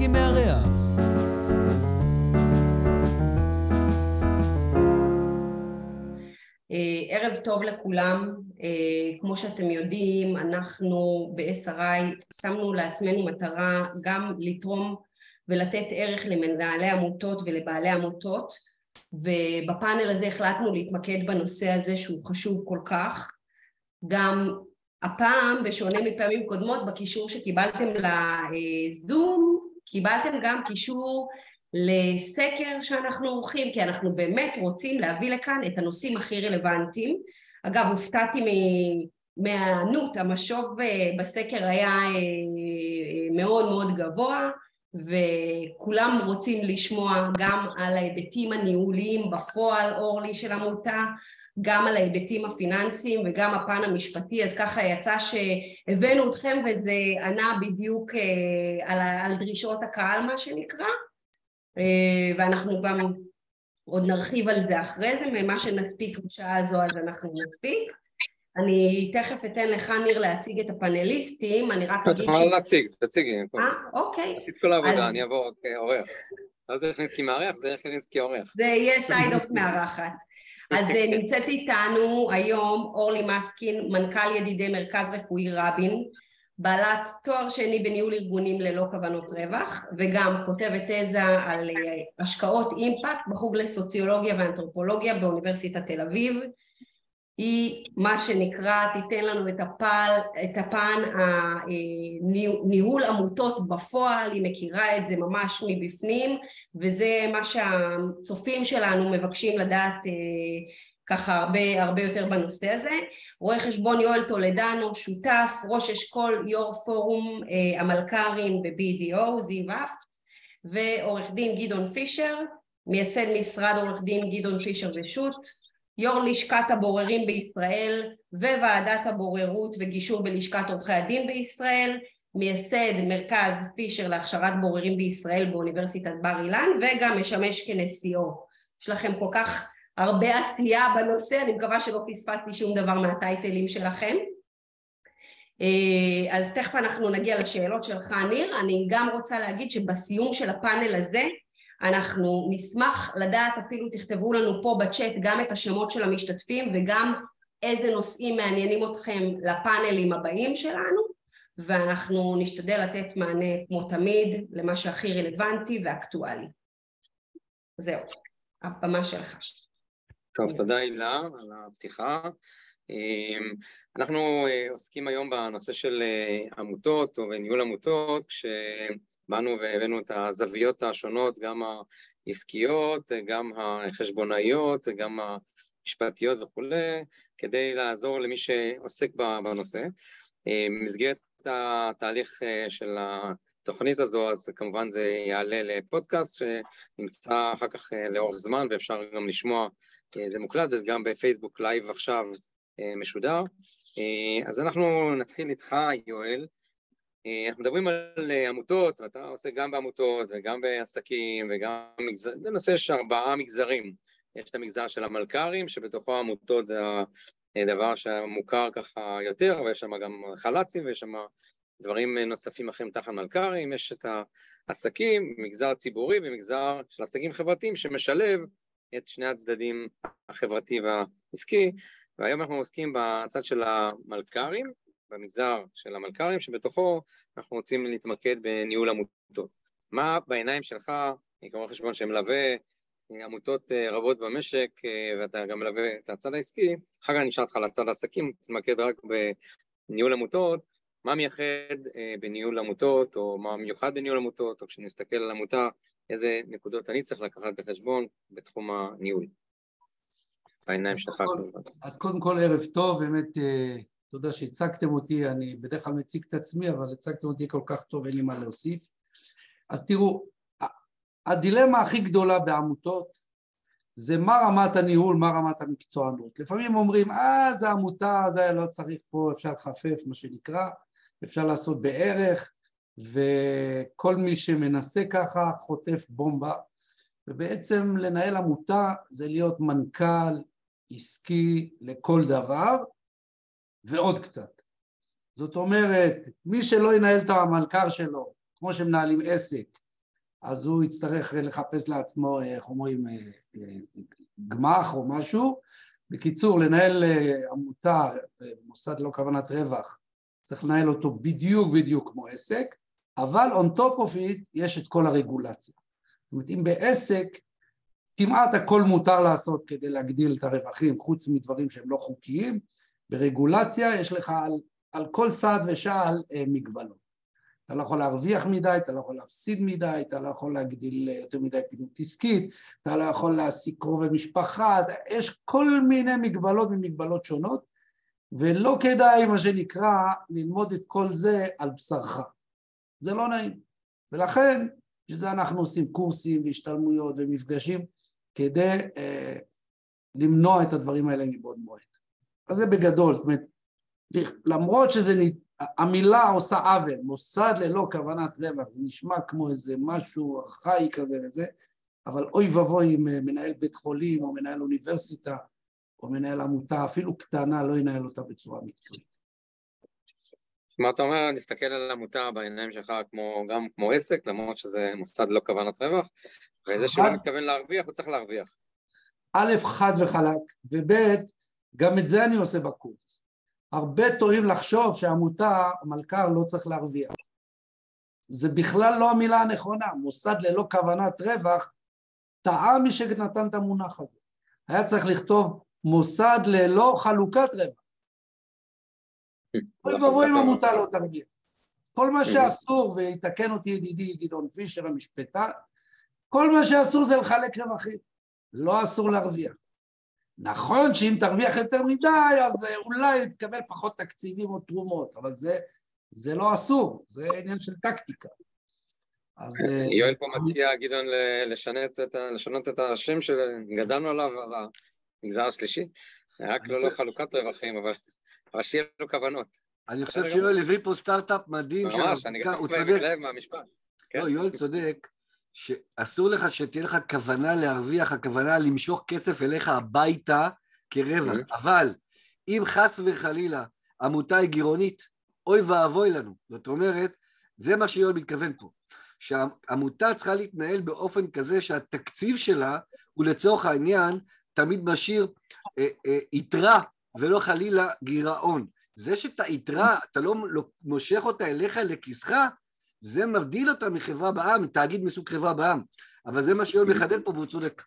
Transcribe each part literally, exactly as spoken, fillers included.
מארח. ערב טוב לכולם. כמו שאתם יודעים, אנחנו ב-אס אר איי שמנו לעצמנו מטרה גם לתרום ולתת ערך למנהלי עמותות ולבעלי עמותות, ובפאנל הזה החלטנו להתמקד בנושא הזה שהוא חשוב כל כך. גם הפעם, בשונה מפעמים קודמות, בקישור שקיבלתם לזום, קיבלתם גם קישור לסקר שאנחנו עורכים, כי אנחנו באמת רוצים להביא לכאן את הנושאים הכי רלוונטיים. אגב, הופתעתי מהענות, המשוב בסקר היה מאוד מאוד גבוה, וכולם רוצים לשמוע גם על ההיבטים הניהוליים בפועל, אורלי, של עמותה, גם על ההיבטים הפיננסיים וגם הפן המשפטי. אז ככה יצא שהבאנו אתכם, וזה ענה בדיוק על, על דרישות הקהל, מה שנקרא. ואנחנו גם עוד נרחיב על זה אחרי זה, ממה שנספיק בשעה הזו אז אנחנו נספיק. אני תכף אתן לך, ניר, להציג את הפאנליסטים. אני רק אגיד... תוכל להציג, תציגי. אה, אוקיי. עשית כל העבודה, אני אעבור כאורח. אז זה הכניס כמארח, זה הכניס כאורח. זה יהיה סייד-אוף מארחת. אז נמצאת איתנו היום אורלי מסקין, מנכ"ל ידידי מרכז רפואי רבין, בעלת תואר שני בניהול ארגונים ללא כוונות רווח, וגם כותבת תזה על השקעות אימפקט בחוג לסוציולוגיה ואנתרופולוגיה באוניברסיטת תל אביב. היא מה שנקרא, תיתן לנו את הפן, את הפן הניהול עמותות בפועל. היא מכירה את זה ממש מבפנים, וזה מה שהצופים שלנו מבקשים לדעת ככה הרבה, הרבה יותר בנושא הזה. רואה חשבון יואל טולדנו, שותף, ראש אשכול, יו"ר פורום אה, המלכ"רים ב-בי די או, זיו אפט, ועורך דין גדעון פישר, מייסד משרד עורך דין גדעון פישר ושות', יו"ר לשכת הבוררים בישראל, וועדת הבוררות וגישור בלשכת עורכי הדין בישראל, מייסד מרכז פישר להכשרת בוררים בישראל באוניברסיטת בר אילן, וגם משמש כנשיאו. יש לכם כל כך הרבה עשייה בנושא, אני מקווה שלא פספסתי שום דבר מהטייטלים שלכם. אז תכף אנחנו נגיע לשאלות שלך, ניר. אני גם רוצה להגיד שבסיום של הפאנל הזה, אנחנו נשמח לדעת, אפילו תכתבו לנו פה בצ'אט גם את השמות של המשתתפים, וגם איזה נושאים מעניינים אתכם לפאנלים הבאים שלנו, ואנחנו נשתדל לתת מענה כמו תמיד, למה שהכי רלוונטי ואקטואלי. זהו, הבמה שלך. טוב, תודה הילה על הפתיחה. אנחנו עוסקים היום בנושא של עמותות או בניהול עמותות, כשבאנו והבאנו את הזוויות השונות, גם העסקיות, גם החשבונאיות, גם המשפטיות וכו', כדי לעזור למי שעוסק בנושא. במסגרת התהליך של התוכנית הזו, אז כמובן זה יעלה לפודקאסט שנמצא אחר כך לאורך זמן, ואפשר גם לשמוע, זה מוקלט, אז גם בפייסבוק לייב עכשיו משודר. אז אנחנו נתחיל איתך, יואל. אנחנו מדברים על עמותות, ואתה עושה גם בעמותות וגם בעסקים, וגם מגזר, למעשה יש ארבעה מגזרים. יש את המגזר של המלכ"רים, שבתוכו העמותות זה הדבר שמוכר ככה יותר, ויש שם גם חל"צים, ויש שם דברים נוספים אחרים תחת מלכ"רים. יש את העסקים, מגזר ציבורי ומגזר של עסקים חברתיים, שמשלב את שני הצדדים החברתי והעסקי, והיום אנחנו עוסקים בצד של המלכ"רים, במגזר של המלכ"רים, שבתוכו אנחנו רוצים להתמקד בניהול עמותות. מה בעיניים שלך, כמובן חשבון שמלווה עמותות רבות במשק, ואתה גם מלווה את הצד העסקי, אחר כך נשאר אותך לצד העסקים, תתמקד רק בניהול עמותות, מה מייחד בניהול עמותות, או מה מיוחד בניהול עמותות, או כשנסתכל על עמותה, איזה נקודות אני צריך לקחת בחשבון בתחום הניהול. בעיניים שלך. אז קודם כל ערב טוב, באמת תודה שהצגתם אותי, אני בדרך כלל מציג את עצמי, אבל הצגתם אותי כל כך טוב, אין לי מה להוסיף. אז תראו, הדילמה הכי גדולה בעמותות, זה מה רמת הניהול, מה רמת המקצוענות. לפעמים אומרים, אה, זה עמותה, זה לא צריך פה, אפשר לחפף, מה שנקרא, אפשר לעשות בערך, וכל מי שמנסה ככה חוטף בומבה, ובעצם לנהל עמותה זה להיות מנכ"ל עסקי לכל דבר, ועוד קצת. זאת אומרת, מי שלא ינהל את המלכ"ר שלו, כמו שמנהלים עסק, אז הוא יצטרך לחפש לעצמו, איך אומרים, גמח או משהו. בקיצור, לנהל עמותה, מוסד לא כוונת רווח, צריך לנהל אותו בדיוק בדיוק כמו עסק, אבל on top of it יש את כל הרגולציה. זאת אומרת, אם בעסק כמעט הכל מותר לעשות כדי להגדיל את הרווחים, חוץ מדברים שהם לא חוקיים, ברגולציה יש לך על, על כל צעד ושעל אה, מגבלות. אתה לא יכול להרוויח מדי, אתה לא יכול להפסיד מדי, אתה לא יכול להגדיל יותר מדי פעילות עסקית, אתה לא יכול להעסיק קרובי משפחה, יש כל מיני מגבלות ומגבלות שונות, ולא כדאי מה שנקרא ללמוד את כל זה על בשרך. זה לא נעים. ולכן, שזה אנחנו עושים קורסים והשתלמויות ומפגשים, כדי אה, למנוע את הדברים האלה מבעוד מועד. אז זה בגדול, זאת אומרת, למרות שזה, המילה עושה עוול, מוסד ללא כוונת רווח, זה נשמע כמו איזה משהו ארכאי כזה וזה, אבל אוי ובוי אם מנהל בית חולים או מנהל אוניברסיטה, או מנהל עמותה, אפילו קטנה, לא ינהל אותה בצורה מקצועית. מה אתה אומר, נסתכל על עמותה בעיניים שלך כמו, גם כמו עסק, למרות שזה מוסד לא כוונת רווח, וזה שלא מתכוון להרוויח, הוא צריך להרוויח. א', חד וחלק, וב', גם את זה אני עושה בקורס. הרבה טועים לחשוב שהעמותה, המלכ"ר, לא צריך להרוויח. זה בכלל לא המילה הנכונה, מוסד ללא כוונת רווח, טעה מי שנתן את המונח הזה. היה צריך לכתוב מוסד ללא חלוקת רווח. אוי ואבוי אם עמותה לא תרוויח. כל מה שאסור, ויתקן אותי ידידי גדעון פישר המשפטן, כל מה שאסור זה לחלק רווחים, לא אסור להרוויח. נכון שאם תרוויח יותר מדי, אז אולי תקבל פחות תקציבים או תרומות, אבל זה, זה לא אסור, זה עניין של טקטיקה. אז... יואל פה מציע, גדעון, לשנות את, לשנות את השם שגדלנו עליו, על המגזר השלישי, רק לא לא חלוקת רווחים, אבל, אבל שיהיה לו כוונות. אני חושב שיואל הביא פה סטארט-אפ מדהים, ממש, אני גם מתלהב מהמשפט. לא, יואל צודק, שאסור לך שתהיה לך כוונה להרוויח, הכוונה למשוך כסף אליך הביתה כרווח, אבל אם חס וחלילה עמותה היא גירעונית, אוי ואבוי לנו. זאת אומרת, זה מה שיואל מתכוון פה, שהעמותה צריכה להתנהל באופן כזה שהתקציב שלה הוא לצורך העניין תמיד משאיר אה, אה, יתרה ולא חלילה גירעון. זה שאתה יתרה, אתה לא מושך אותה אליך לכיסך, זה מבדיל אותה מחברה בעם, תאגיד מסוג חברה בעם. אבל זה מה שיואל מחדד פה והוא צודק.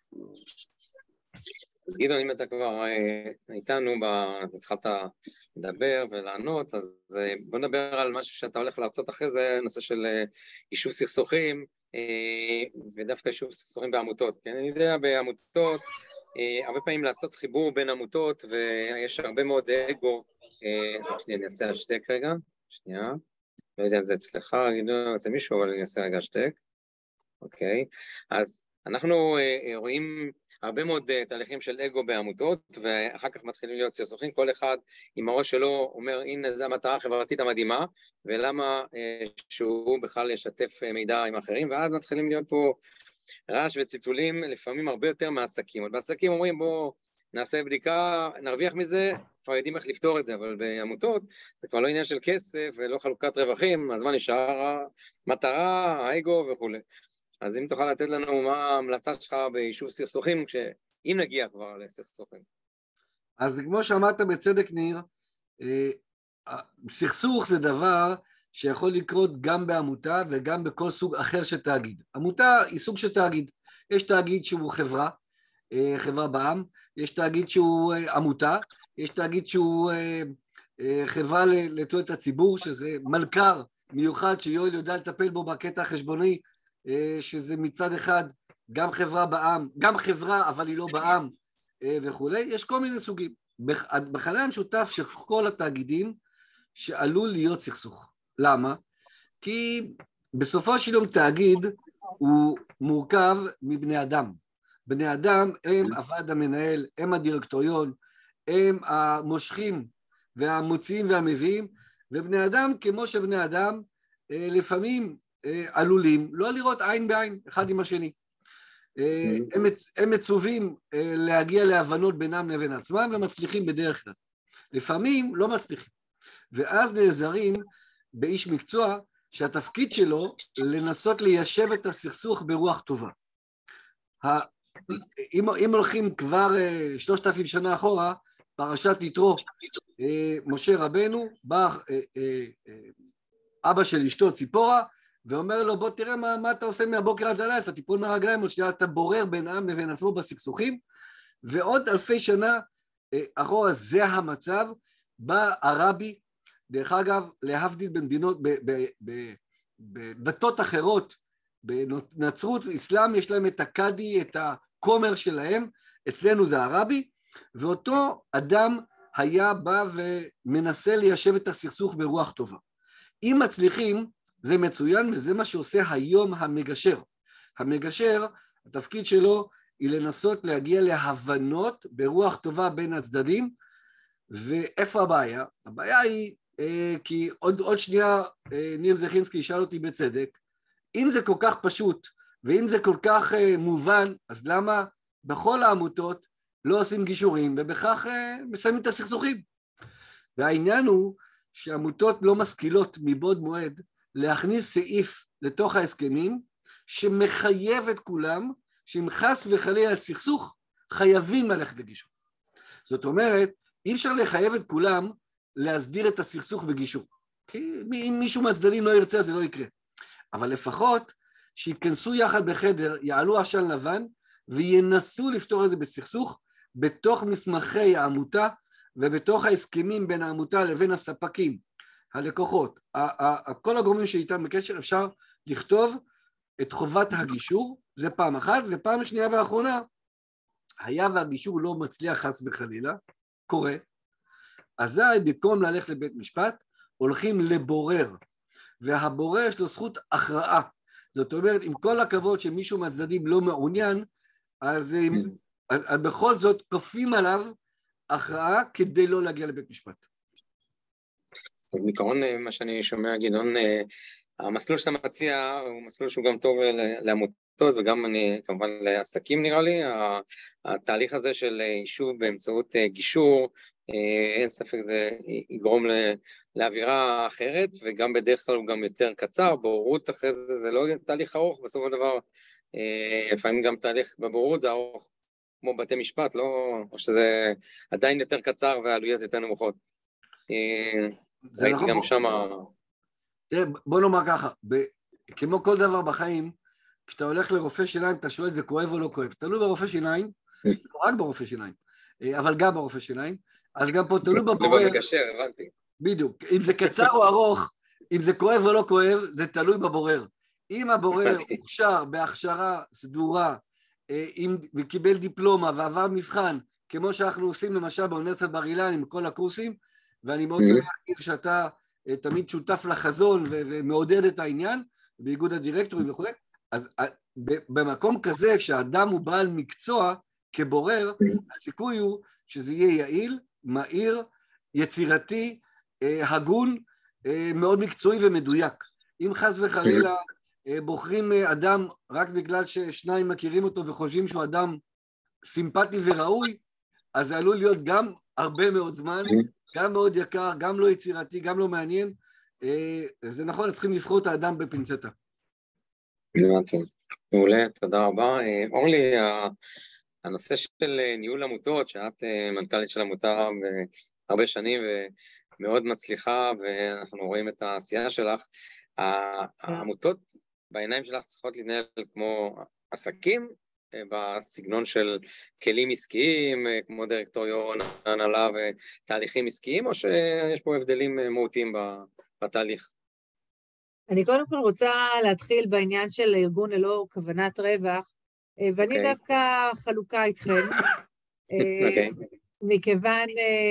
אז גדעון, אם אתה כבר איתנו, התחלת לדבר ולענות, אז בוא נדבר על משהו שאתה הולך להרצות אחרי זה, נושא של יישוב סכסוכים, ודווקא יישוב סכסוכים בעמותות. כי אני יודע, בעמותות, הרבה פעמים לעשות חיבור בין עמותות, ויש הרבה מאוד אגו. שנייה, אני אעשה השתק רגע, שנייה. לא יודע אם זה אצלך, גדעון, אצל מישהו, אבל אני אעשה רגע השתק. אוקיי, אז אנחנו רואים הרבה מאוד תהליכים של אגו בעמותות, ואחר כך מתחילים להיות סכסוכים, כל אחד עם הראש שלו אומר, הנה זו המטרה החברתית המדהימה, ולמה שהוא בכלל ישתף מידע עם אחרים, ואז מתחילים להיות פה רעש וציצולים, לפעמים הרבה יותר מהעסקים. בעסקים אומרים, בוא נעשה בדיקה, נרוויח מזה, כבר יודעים איך לפתור את זה, אבל בעמותות זה כבר לא עניין של כסף, ולא חלוקת רווחים, אז מה נשאר? המטרה, האגו וכו'. אז אם תוכל לתת לנו מה ההמלצה שלך ביישוב סכסוכים, אם נגיע כבר לסכסוכים. אז כמו שאמרת בצדק ניר, סכסוך זה דבר שיכול לקרות גם בעמותה וגם בכל סוג אחר של תאגיד. עמותה היא סוג של תאגיד. יש תאגיד שהוא חברה, חברה בעם, יש תאגיד שהוא עמותה, יש תאגיד שהוא חברה לתועלת הציבור, שזה מלכ"ר מיוחד שיואל יודע לטפל בו בקטע החשבוני, שזה מצד אחד גם חברה בעם, גם חברה אבל היא לא בעם וכו'. יש כל מיני סוגים. בחלק המשותף של כל התאגידים שעלול להיות סכסוך. למה? כי בסופו של יום תאגיד הוא מורכב מבני אדם. בני אדם הם הוועד המנהל, הם הדירקטוריון, הם המושכים והמוציאים והמביאים, ובני אדם כמו שבני אדם לפעמים עלולים לא לראות עין בעין אחד עם השני. הם, הם מצווים להגיע להבנות בינם לבין עצמם ומצליחים בדרך כלל. לפעמים לא מצליחים. ואז נעזרים באיש מקצוע שהתפקיד שלו לנסות ליישב את הסכסוך ברוח טובה. אם, אם הולכים כבר שלושת אלפים שנה אחורה, פרשת יתרו, משה רבנו, בא אבא של אשתו ציפורה, ואומר לו, בוא תראה מה, מה אתה עושה מהבוקר עד הלילה, אתה תיפול מהרגליים, עוד שנייה אתה בורר בין עם לבין עצמו בסכסוכים, ועוד אלפי שנה אחורה זה המצב, בא הרבי, דרך אגב, להבדיל במדינות, בדתות אחרות, בנצרות ואסלאם יש להם את הקאדי, את הכומר שלהם, אצלנו זה הרבי, ואותו אדם היה בא ומנסה ליישב את הסכסוך ברוח טובה. אם מצליחים, זה מצוין, וזה מה שעושה היום המגשר. המגשר, התפקיד שלו היא לנסות להגיע להבנות ברוח טובה בין הצדדים, ואיפה הבעיה? הבעיה היא, אה, כי עוד, עוד שנייה אה, ניר זכינסקי ישאל אותי בצדק, אם זה כל כך פשוט, ואם זה כל כך אה, מובן, אז למה בכל העמותות לא עושים גישורים, ובכך אה, מסיימים את הסכסוכים? והעניין הוא שעמותות לא משכילות מבעוד מועד, להכניס סעיף לתוך ההסכמים, שמחייב את כולם, שאם חס וחלילה הסכסוך, חייבים ללכת לגישור. זאת אומרת, אי אפשר לחייב את כולם להסדיר את הסכסוך בגישור. כי אם מישהו מהצדדים לא ירצה, זה לא יקרה. אבל לפחות שיכנסו יחד בחדר, יעלו עשן לבן, וינסו לפתור את זה בסכסוך, בתוך מסמכי העמותה, ובתוך ההסכמים בין העמותה לבין הספקים, הלקוחות, כל הגורמים שאיתם בקשר, אפשר לכתוב את חובת הגישור, זה פעם אחת, ופעם שנייה ואחרונה, היה והגישור לא מצליח חס וחלילה, קורה, אזי במקום ללכת לבית משפט, הולכים לבורר, והבורר יש לו זכות הכרעה, זאת אומרת, עם כל הכבוד שמישהו מהצדדים לא מעוניין, אז, אז בכל זאת כופים עליו הכרעה כדי לא להגיע לבית משפט. אז בעיקרון מה שאני שומע, גדעון, המסלול שאתה מציע הוא מסלול שהוא גם טוב לעמותות וגם אני, כמובן לעסקים נראה לי, התהליך הזה של יישוב באמצעות גישור, אין ספק זה יגרום לאווירה אחרת, וגם בדרך כלל הוא גם יותר קצר, בוררות אחרי זה זה לא תהליך ארוך, בסופו של דבר, לפעמים גם תהליך בבוררות זה ארוך, כמו בתי משפט, לא, או שזה עדיין יותר קצר והעלויות יותר נמוכות. ראיתי גם שם... תראה, בוא נאמר ככה, כמו כל דבר בחיים, כשאתה הולך לרופא שיניים, אתה שואל זה כואב או לא כואב, תלוי ברופא שיניים, לא רק ברופא שיניים, אבל גם ברופא שיניים, אז גם פה תלוי בבורר, ובמגשר, הבנתי. בדיוק, אם זה קצר או ארוך, אם זה כואב או לא כואב, זה תלוי בבורר. אם הבורר הוכשר בהכשרה סדורה, וקיבל דיפלומה ועבר מבחן, כמו שאנחנו עושים למשל באוניברסיטת בר אילן עם כל הקורסים, ואני מאוד שמח שאתה תמיד שותף לחזון ומעודד את העניין, באיגוד הדירקטורים וכו'. אז במקום כזה, כשאדם הוא בעל מקצוע כבורר, הסיכוי הוא שזה יהיה יעיל, מהיר, יצירתי, הגון, מאוד מקצועי ומדויק. אם חס וחלילה בוחרים אדם רק בגלל ששניים מכירים אותו וחושבים שהוא אדם סימפטי וראוי, אז זה עלול להיות גם הרבה מאוד זמן, גם מאוד יקר, גם לא יצירתי, גם לא מעניין. זה נכון, צריכים לבחור את האדם בפינצטה. מעולה, תודה רבה. אורלי, הנושא של ניהול עמותות, שאת מנכ"לית של עמותה הרבה שנים ומאוד מצליחה, ואנחנו רואים את העשייה שלך, העמותות בעיניים שלך צריכות להתנהל כמו עסקים, בסגנון של כלים עסקיים, כמו דירקטוריון, הנהלה ותהליכים עסקיים, או שיש פה הבדלים מהותיים בתהליך? אני קודם כל רוצה להתחיל בעניין של ארגון ללא כוונת רווח, ואני okay. דווקא חלוקה איתכם, okay. מכיוון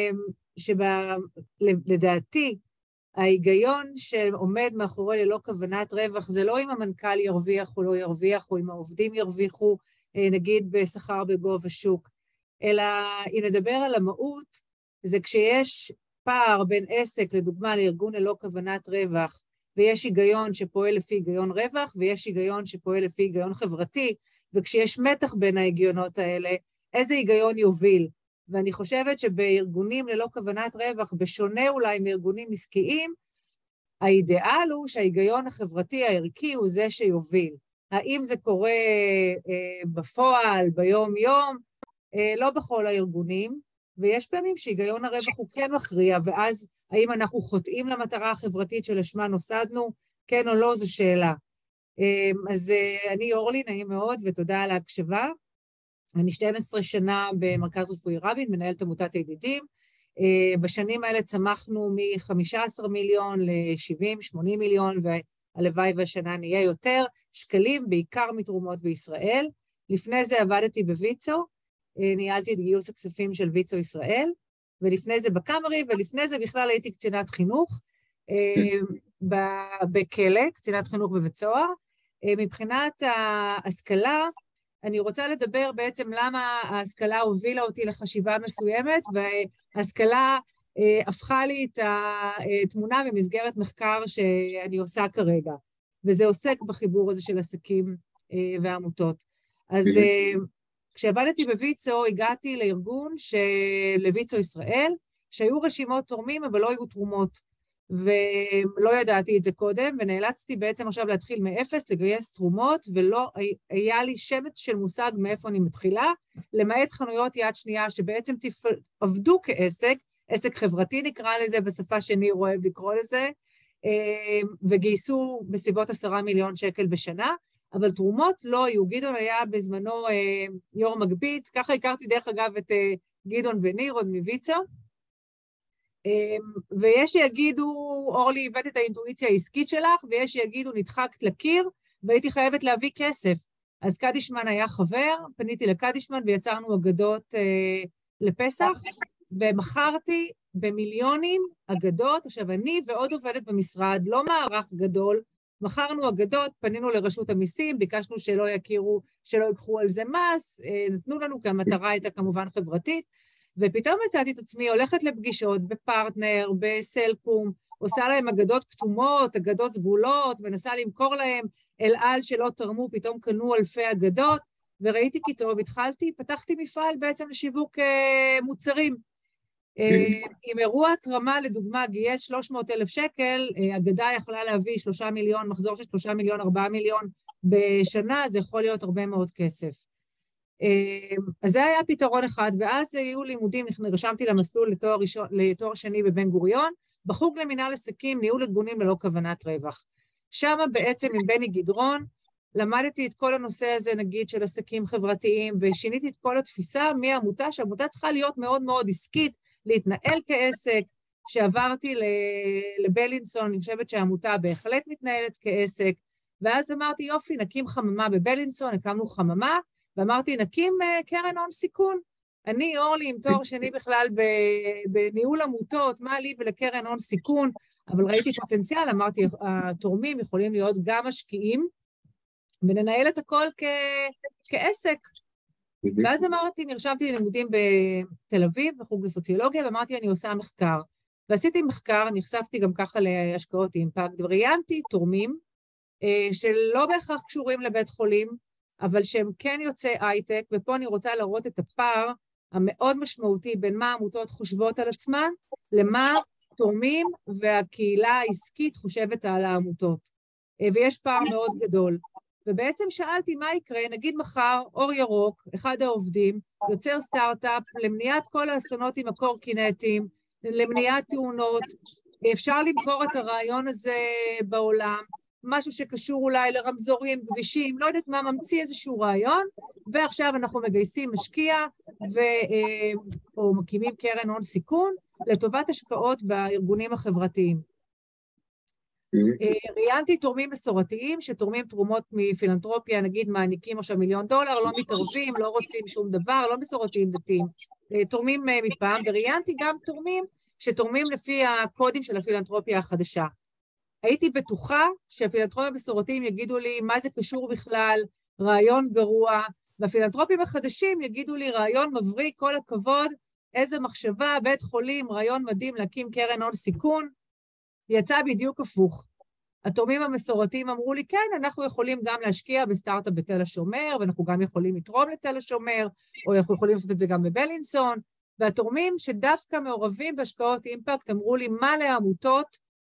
שלדעתי, ההיגיון שעומד מאחורי ללא כוונת רווח, זה לא אם המנכ"ל ירוויח או לא ירוויח, או אם העובדים ירוויחו, נגיד בשכר בגובה שוק, אלא אם נדבר על המהות, זה כשיש פער בין עסק, לדוגמה לארגון ללא כוונת רווח, ויש היגיון שפועל לפי היגיון רווח, ויש היגיון שפועל לפי היגיון חברתי, וכשיש מתח בין ההיגיונות האלה, איזה היגיון יוביל? ואני חושבת שבארגונים ללא כוונת רווח, בשונה אולי מארגונים עסקיים, האידיאל הוא שההיגיון החברתי הערכי הוא זה שיוביל. האם זה קורה אה, בפועל, ביום יום? אה, לא בכל הארגונים, ויש פעמים שהיגיון הרווח הוא כן מכריע, ואז האם אנחנו חוטאים למטרה החברתית שלשמה נוסדנו? כן או לא, זו שאלה. אה, אז אה, אני אורלי, נעים מאוד, ותודה על ההקשבה. אני שתים עשרה שנה במרכז רפואי רבין, מנהלת עמותת הידידים. בשנים האלה צמחנו מ-חמישה עשר מיליון ל-שבעים שמונים מיליון, והלוואי והשנה נהיה יותר, שקלים, בעיקר מתרומות בישראל. לפני זה עבדתי בויצו, ניהלתי את גיוס הכספים של ויצו ישראל, ולפני זה בקאמרי, ולפני זה בכלל הייתי קצינת חינוך בכלא, קצינת חינוך בבית סוהר. מבחינת ההשכלה, אני רוצה לדבר בעצם למה ההשכלה הובילה אותי לחשיבה מסוימת, וההשכלה אה, הפכה לי את התמונה במסגרת מחקר שאני עושה כרגע, וזה עוסק בחיבור הזה של עסקים אה, ועמותות. אז אה, כשעבדתי בויצו, הגעתי לארגון של ויצו ישראל, שהיו רשימות תורמים, אבל לא היו תרומות. ולא ידעתי את זה קודם, ונאלצתי בעצם עכשיו להתחיל מאפס, לגייס תרומות, ולא היה לי שמץ של מושג מאיפה אני מתחילה, למעט חנויות יד שנייה שבעצם עבדו כעסק, עסק חברתי נקרא לזה, בשפה שניר אוהב לקרוא לזה, וגייסו בסביבות עשרה מיליון שקל בשנה, אבל תרומות לא היו. גדעון היה בזמנו יו"ר מגבית, ככה הכרתי דרך אגב את גדעון וניר עוד מויצו, ויש שיגידו, אורלי, הבאת את האינטואיציה העסקית שלך, ויש שיגידו, נדחקת לקיר, והייתי חייבת להביא כסף. אז קדישמן היה חבר, פניתי לקדישמן, ויצרנו אגדות אה, לפסח, ומכרתי במיליונים אגדות. עכשיו, אני ועוד עובדת במשרד, לא מערך גדול, מכרנו אגדות, פנינו לרשות המיסים, ביקשנו שלא יכירו, שלא יקחו על זה מס, אה, נתנו לנו, כי המטרה הייתה כמובן חברתית, ופתאום מצאתי את עצמי, הולכת לפגישות בפרטנר, בסלקום, עושה להם אגדות כתומות, אגדות סגולות, מנסה למכור להם אל על שלא תרמו, פתאום קנו אלפי אגדות, וראיתי כי טוב, התחלתי, פתחתי מפעל בעצם לשיווק מוצרים. עם אירוע תרמה, לדוגמה, גייס שלוש מאות אלף שקל, אגדה יכלה להביא שלושה מיליון, מחזור של שלושה מיליון, ארבעה מיליון בשנה, זה יכול להיות הרבה מאוד כסף. אז זה היה פתרון אחד, ואז היו לימודים, נרשמתי למסלול לתואר, ראשון, לתואר שני בבן גוריון, בחוג למינהל עסקים, ניהול ארגונים ללא כוונת רווח. שם בעצם עם בני גדרון, למדתי את כל הנושא הזה, נגיד, של עסקים חברתיים, ושיניתי את כל התפיסה מהעמותה, שהעמותה צריכה להיות מאוד מאוד עסקית, להתנהל כעסק, שעברתי לבלינסון, אני חושבת שהעמותה בהחלט מתנהלת כעסק, ואז אמרתי, יופי, נקים חממה בבלינסון, הקמנו חממה, ואמרתי, נקים קרן הון סיכון. אני, אורלי, עם תואר שני בכלל בניהול עמותות, מה לי ולקרן הון סיכון, אבל ראיתי פוטנציאל, אמרתי, התורמים יכולים להיות גם משקיעים, וננהל את הכל כעסק. ואז אמרתי, נרשמתי ללימודים בתל אביב, בחוג לסוציולוגיה, ואמרתי, אני עושה מחקר. ועשיתי מחקר, נחשפתי גם ככה להשקעות אימפקט, וראיינתי תורמים, שלא בהכרח קשורים לבית חולים, אבל שהם כן יוצאי הייטק, ופה אני רוצה להראות את הפער המאוד משמעותי בין מה העמותות חושבות על עצמן, למה תורמים והקהילה העסקית חושבת על העמותות. ויש פער מאוד גדול. ובעצם שאלתי מה יקרה, נגיד מחר אור ירוק, אחד העובדים, יוצר סטארט-אפ למניעת כל האסונות עם הקורקינטים, למניעת תאונות, אפשר למכור את הרעיון הזה בעולם, משהו שקשור אולי לרמזורים, כבישים, לא יודעת מה, ממציא איזשהו רעיון, ועכשיו אנחנו מגייסים משקיע, ו, או מקימים קרן הון סיכון, לטובת השקעות בארגונים החברתיים. ראיינתי תורמים מסורתיים, שתורמים תרומות מפילנטרופיה, נגיד מעניקים עכשיו מיליון דולר, לא מתערבים, לא רוצים שום דבר, לא מסורתיים דתיים, תורמים מפעם, וראיינתי גם תורמים שתורמים לפי הקודים של הפילנטרופיה החדשה. הייתי בטוחה שהפילנטרופיה המסורתיים יגידו לי מה זה קשור בכלל, רעיון גרוע, והפילנטרופים החדשים יגידו לי רעיון מבריק, כל הכבוד, איזה מחשבה, בית חולים, רעיון מדהים להקים קרן הון סיכון, יצא בדיוק הפוך. התורמים המסורתיים אמרו לי, כן, אנחנו יכולים גם להשקיע בסטארט-אפ בתל השומר, ואנחנו גם יכולים לתרום לתל השומר, או אנחנו יכולים לעשות את זה גם בבלינסון, והתורמים שדווקא מעורבים בהשקעות אימפקט אמרו לי, מה לעמותות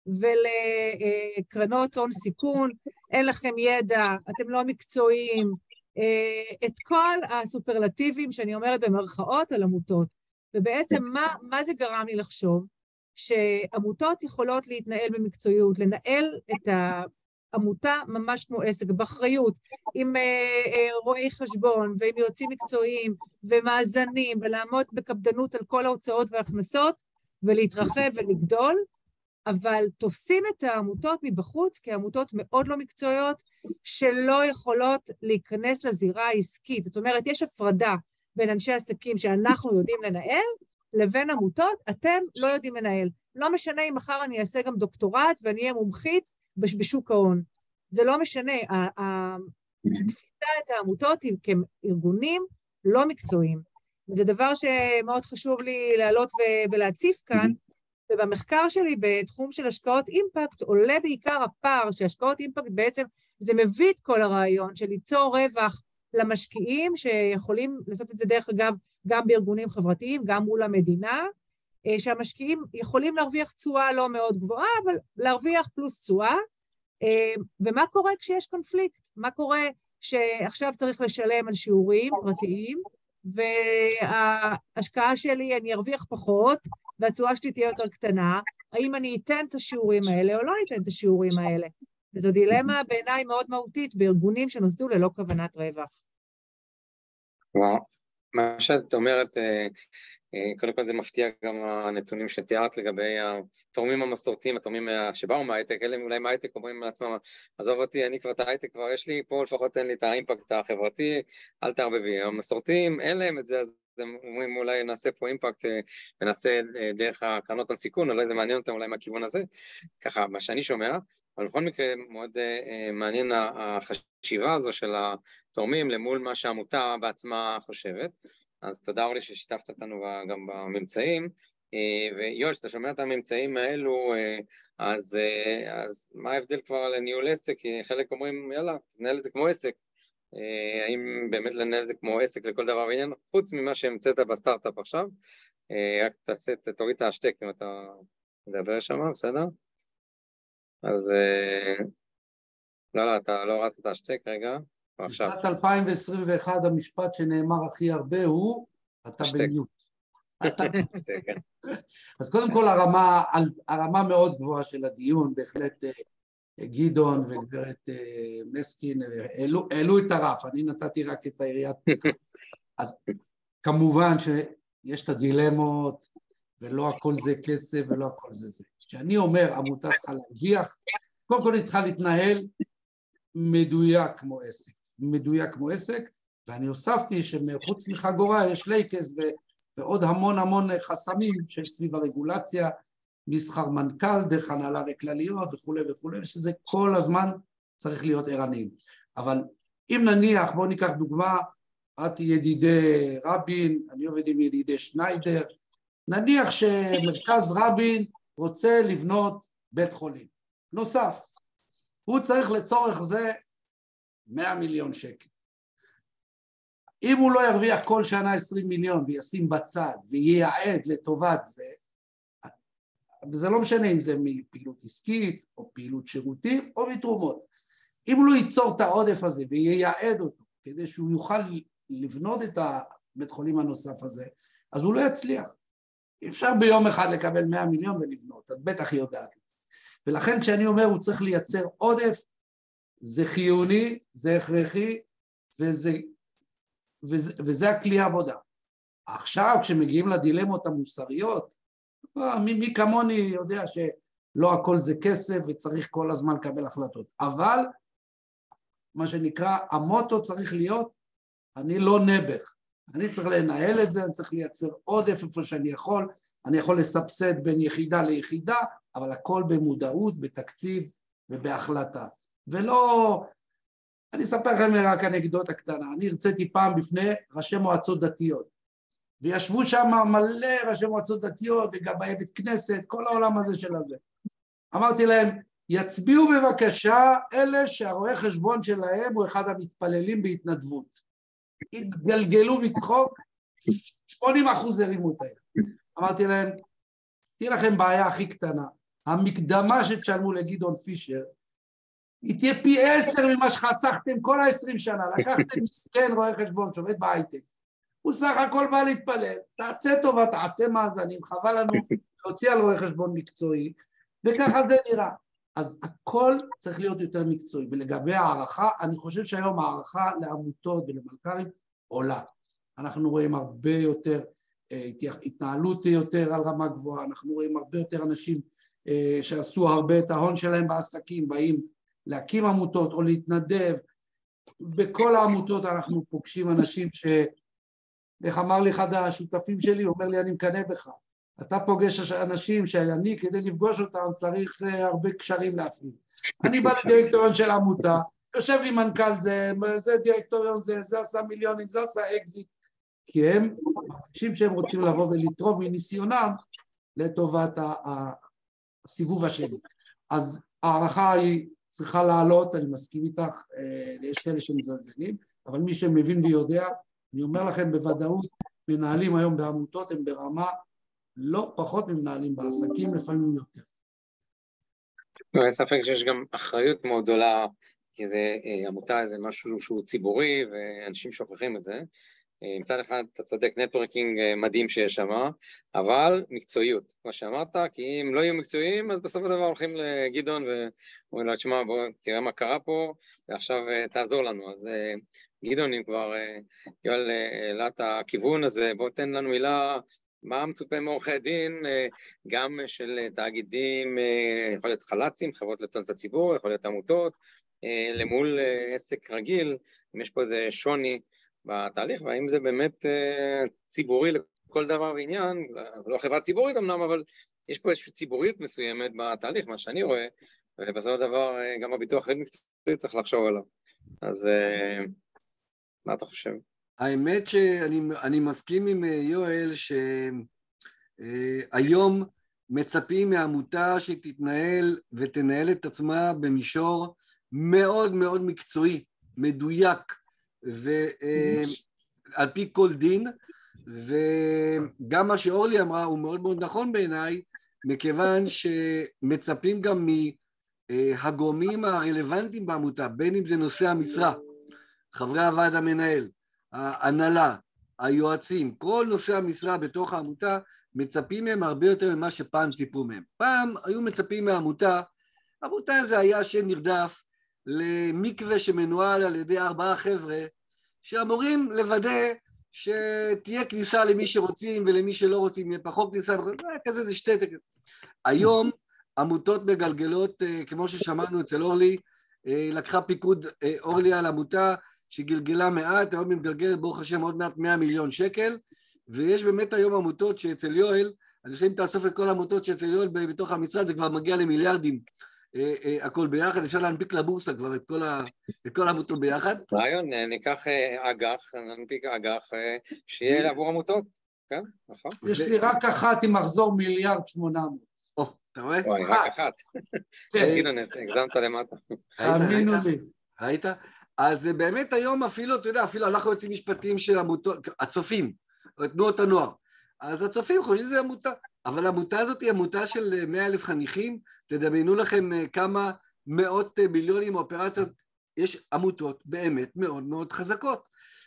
ולקרנות הון סיכון, אין לכם ידע, אתם לא מקצועיים, את כל הסופרלטיבים שאני אומרת במרכאות על עמותות. ובעצם מה, מה זה גרם לי לחשוב? שעמותות יכולות להתנהל במקצועיות, לנהל את העמותה ממש כמו עסק, באחריות, עם רואי חשבון ועם יועצים מקצועיים ומאזנים, ולעמוד בקפדנות על כל ההוצאות וההכנסות, ולהתרחב ולגדול, אבל תופסים את העמותות מבחוץ כעמותות מאוד לא מקצועיות, שלא יכולות להיכנס לזירה העסקית. זאת אומרת, יש הפרדה בין אנשי עסקים שאנחנו יודעים לנהל, לבין עמותות, אתם לא יודעים לנהל. לא משנה אם מחר אני אעשה גם דוקטורט, ואני אהיה מומחית בשוק ההון. זה לא משנה. התפיסה את העמותות כארגונים לא מקצועיים. וזה דבר שמאוד חשוב לי להעלות ולהציף כאן, ובמחקר שלי בתחום של השקעות אימפקט, עולה בעיקר הפער שהשקעות אימפקט בעצם, זה מביא את כל הרעיון של ליצור רווח למשקיעים, שיכולים לעשות את זה דרך אגב, גם בארגונים חברתיים, גם מול המדינה, שהמשקיעים יכולים להרוויח תשואה לא מאוד גבוהה, אבל להרוויח פלוס תשואה. ומה קורה כשיש קונפליקט? מה קורה שעכשיו צריך לשלם על שיעורים פרטיים, וההשקעה שלי אני ארוויח פחות, והתשואה שלי תהיה יותר קטנה, האם אני אתן את השיעורים האלה או לא אתן את השיעורים האלה? וזו דילמה בעיניי מאוד מהותית בארגונים שנוסדו ללא כוונת רווח. וואו, מה שאת אומרת, קודם כל זה מפתיע גם הנתונים שתיארת לגבי התורמים המסורתיים, התורמים שבאו מההייטק, אלה אולי מההייטק אומרים לעצמם, עזוב אותי, אני כבר את ההייטק כבר יש לי, פה לפחות תן לי את האימפקט החברתי, אל תערבבי. המסורתיים, אין להם את זה, אז הם אומרים אולי נעשה פה אימפקט, ונעשה דרך הקרנות על סיכון, אולי זה מעניין אותם אולי מהכיוון הזה, ככה, מה שאני שומע, אבל בכל מקרה מאוד מעניין החשיבה הזו של התורמים למול מה שהעמותה בעצמה חושבת, אז תודה אורלי ששיתפת אותנו גם בממצאים, ויוש, אתה שומע את הממצאים האלו, אז, אז מה ההבדל כבר לניהול עסק? כי חלק אומרים, יאללה, תנהל את זה כמו עסק, האם באמת לנהל את זה כמו עסק לכל דבר ועניין, חוץ ממה שהמצאת בסטארט-אפ עכשיו, רק תעשה, תוריד את השטק אם אתה מדבר שם, בסדר? אז לא, לא, אתה לא הורדת את השטק רגע, בשנת אלפיים עשרים ואחת המשפט שנאמר הכי הרבה הוא, אתה במיוט. אז קודם כל הרמה, הרמה מאוד גבוהה של הדיון, בהחלט גדעון וגברת מסקין, העלו, העלו את הרף, אני נתתי רק את העיריית. אז כמובן שיש את הדילמות, ולא הכל זה כסף ולא הכל זה זה. כשאני אומר, עמותה צריכה להרוויח, קודם כל היא צריכה להתנהל מדויק כמו עסק. מדויק כמו עסק, ואני הוספתי שמחוץ מחגורה יש לייקס ועוד המון המון חסמים של סביב הרגולציה, מסחר מנכ"ל, דרך הנהלה וכלליות וכו' וכו', שזה כל הזמן צריך להיות ערניים. אבל אם נניח, בואו ניקח דוגמה, את ידידי רבין, אני עובד עם ידידי שניידר, נניח שמרכז רבין רוצה לבנות בית חולים נוסף, הוא צריך לצורך זה מאה מיליון שקל. אם הוא לא ירוויח כל שנה עשרים מיליון וישים בצד וייעד לטובת זה, וזה לא משנה אם זה מפעילות עסקית או פעילות שירותים או מתרומות, אם הוא לא ייצור את העודף הזה וייעד אותו כדי שהוא יוכל לבנות את הבית חולים הנוסף הזה, אז הוא לא יצליח. אפשר ביום אחד לקבל מאה מיליון ולבנות, את בטח יודעת את זה. ולכן כשאני אומר הוא צריך לייצר עודף, זה חיוני, זה הכרחי, וזה, וזה, וזה הכלי העבודה. עכשיו, כשמגיעים לדילמות המוסריות, מי, מי כמוני יודע שלא הכל זה כסף, וצריך כל הזמן לקבל החלטות. אבל, מה שנקרא, המוטו צריך להיות, אני לא נבח. אני צריך לנהל את זה, אני צריך לייצר עודף איפה שאני יכול, אני יכול לסבסד בין יחידה ליחידה, אבל הכל במודעות, בתקציב ובהחלטה. ולא, אני אספר לכם רק אנקדוטה קטנה, אני הרציתי פעם בפני ראשי מועצות דתיות, וישבו שם מלא ראשי מועצות דתיות, וגבאי בית כנסת, כל העולם הזה של הזה. אמרתי להם, יצביעו בבקשה אלה שהרואה חשבון שלהם הוא אחד המתפללים בהתנדבות. התגלגלו מצחוק, שמונים אחוז הרימו את היד. אמרתי להם, תהיה לכם בעיה הכי קטנה, המקדמה שתשלמו לגדעון פישר, היא תהיה פי עשר ממה שחסכתם כל ה-עשרים שנה, לקחתם מסכן רואה חשבון שעובד בהייטק, הוא סך הכל בא להתפלל, תעשה טובה, תעשה מאזנים, חבל לנו להוציא על רואה חשבון מקצועי, וככה זה נראה. אז הכל צריך להיות יותר מקצועי, ולגבי הערכה, אני חושב שהיום הערכה לעמותות ולמלכ"רים עולה. אנחנו רואים הרבה יותר התנהלות יותר על רמה גבוהה, אנחנו רואים הרבה יותר אנשים שעשו הרבה את ההון שלהם בעסקים, באים להקים עמותות או להתנדב. בכל העמותות אנחנו פוגשים אנשים ש... איך אמר לי אחד השותפים שלי, הוא אומר לי, אני מקנא בך. אתה פוגש אנשים שאני, כדי לפגוש אותם, צריך הרבה קשרים להפעיל. אני בא לדירקטוריון של עמותה, יושב לי מנכ"ל זה, זה דירקטוריון זה, זה עשה מיליונים, זה עשה אקזיט, כי הם אנשים שהם רוצים לבוא ולתרום מניסיונם לטובת הסיבוב השני. אז הערכה היא צריכה לעלות, אני מסכים איתך, יש כאלה שמזלזלים, אבל מי שמבין ויודע, אני אומר לכם בוודאות, מנהלים היום בעמותות הם ברמה לא פחות ממנהלים בעסקים, לפעמים יותר. לא, אין ספק שיש גם אחריות מאוד גדולה, כי זה עמותה, זה משהו שהוא ציבורי, ואנשים שוכחים את זה. מצד אחד, אתה צודק, נטוורקינג מדהים שיש שם, אבל מקצועיות, כמו שאמרת, כי אם לא יהיו מקצועיים, אז בסוף הדבר הולכים לגדעון, ואומרים לו, תשמע, בוא, תראה מה קרה פה, ועכשיו תעזור לנו. אז גדעון, אם כבר יואל העלה את הכיוון הזה, בוא תן לנו מילה, מה מצופה מעורכי דין, גם של תאגידים, יכול להיות חל"צים, חברות לתועלת הציבור, יכול להיות עמותות, למול עסק רגיל, אם יש פה איזה שוני בתהליך, והאם זה באמת ציבורי לכל דבר ועניין, לא חברה ציבורית אמנם, אבל יש פה איזושהי ציבוריות מסוימת בתהליך, מה שאני רואה, ובסופו של דבר גם הביטוח מקצועי צריך לחשוב עליו. אז מה אתה חושב? האמת שאני אני מסכים עם יואל שהיום מצפים מעמותה שתתנהל ותנהל את עצמה במישור מאוד מאוד מקצועי, מדויק, ועל פי כל דין, וגם מה שאורלי אמרה הוא מאוד מאוד נכון בעיניי, מכיוון שמצפים גם מהגורמים הרלוונטיים בעמותה, בין אם זה נושא המשרה, חברי הוועד המנהל, ההנהלה, היועצים, כל נושא המשרה בתוך העמותה, מצפים מהם הרבה יותר ממה שפעם ציפו מהם. פעם היו מצפים מהעמותה, העמותה זה היה שם נרדף למקווה שמנוהל על ידי ארבעה חבר'ה, שאמורים לוודא שתהיה כניסה למי שרוצים ולמי שלא רוצים, יהיה פחות כניסה, כזה זה שתי תקנות. היום עמותות מגלגלות, כמו ששמענו אצל אורלי, לקחה פיקוד אורלי על עמותה, שגלגלה מעט, היום היא מגלגלת ברוך השם עוד מעט מאה מיליון שקל, ויש באמת היום עמותות שאצל יואל, אני חושב אם תאסוף את כל העמותות שאצל יואל בתוך המשרד, זה כבר מגיע למיליארדים, הכל ביחד, אפשר להנפיק לבורסה כבר את כל, ה, את כל העמותות ביחד. רעיון, ניקח אג"ח, ננפיק אג"ח, שיהיה לעבור עמותות, כן? נכון. יש לי רק אחת עם מחזור מיליארד שמונה מאות. או, אתה רואה? וואי, רק אחת. תגידו, הגזמת למטה. תאמינו לי. ראית? אז באמת היום אפילו, אתה יודע, אפילו אנחנו יוצאים משפטיים של עמותות, הצופים, או תנועות הנוער. אז הצופים חושבים שזה עמותה, אבל העמותה הזאת היא עמותה של מאה אלף חניכים, תדמיינו לכם כמה מאות מיליונים אופרציות, יש עמותות באמת מאוד מאוד חזקות,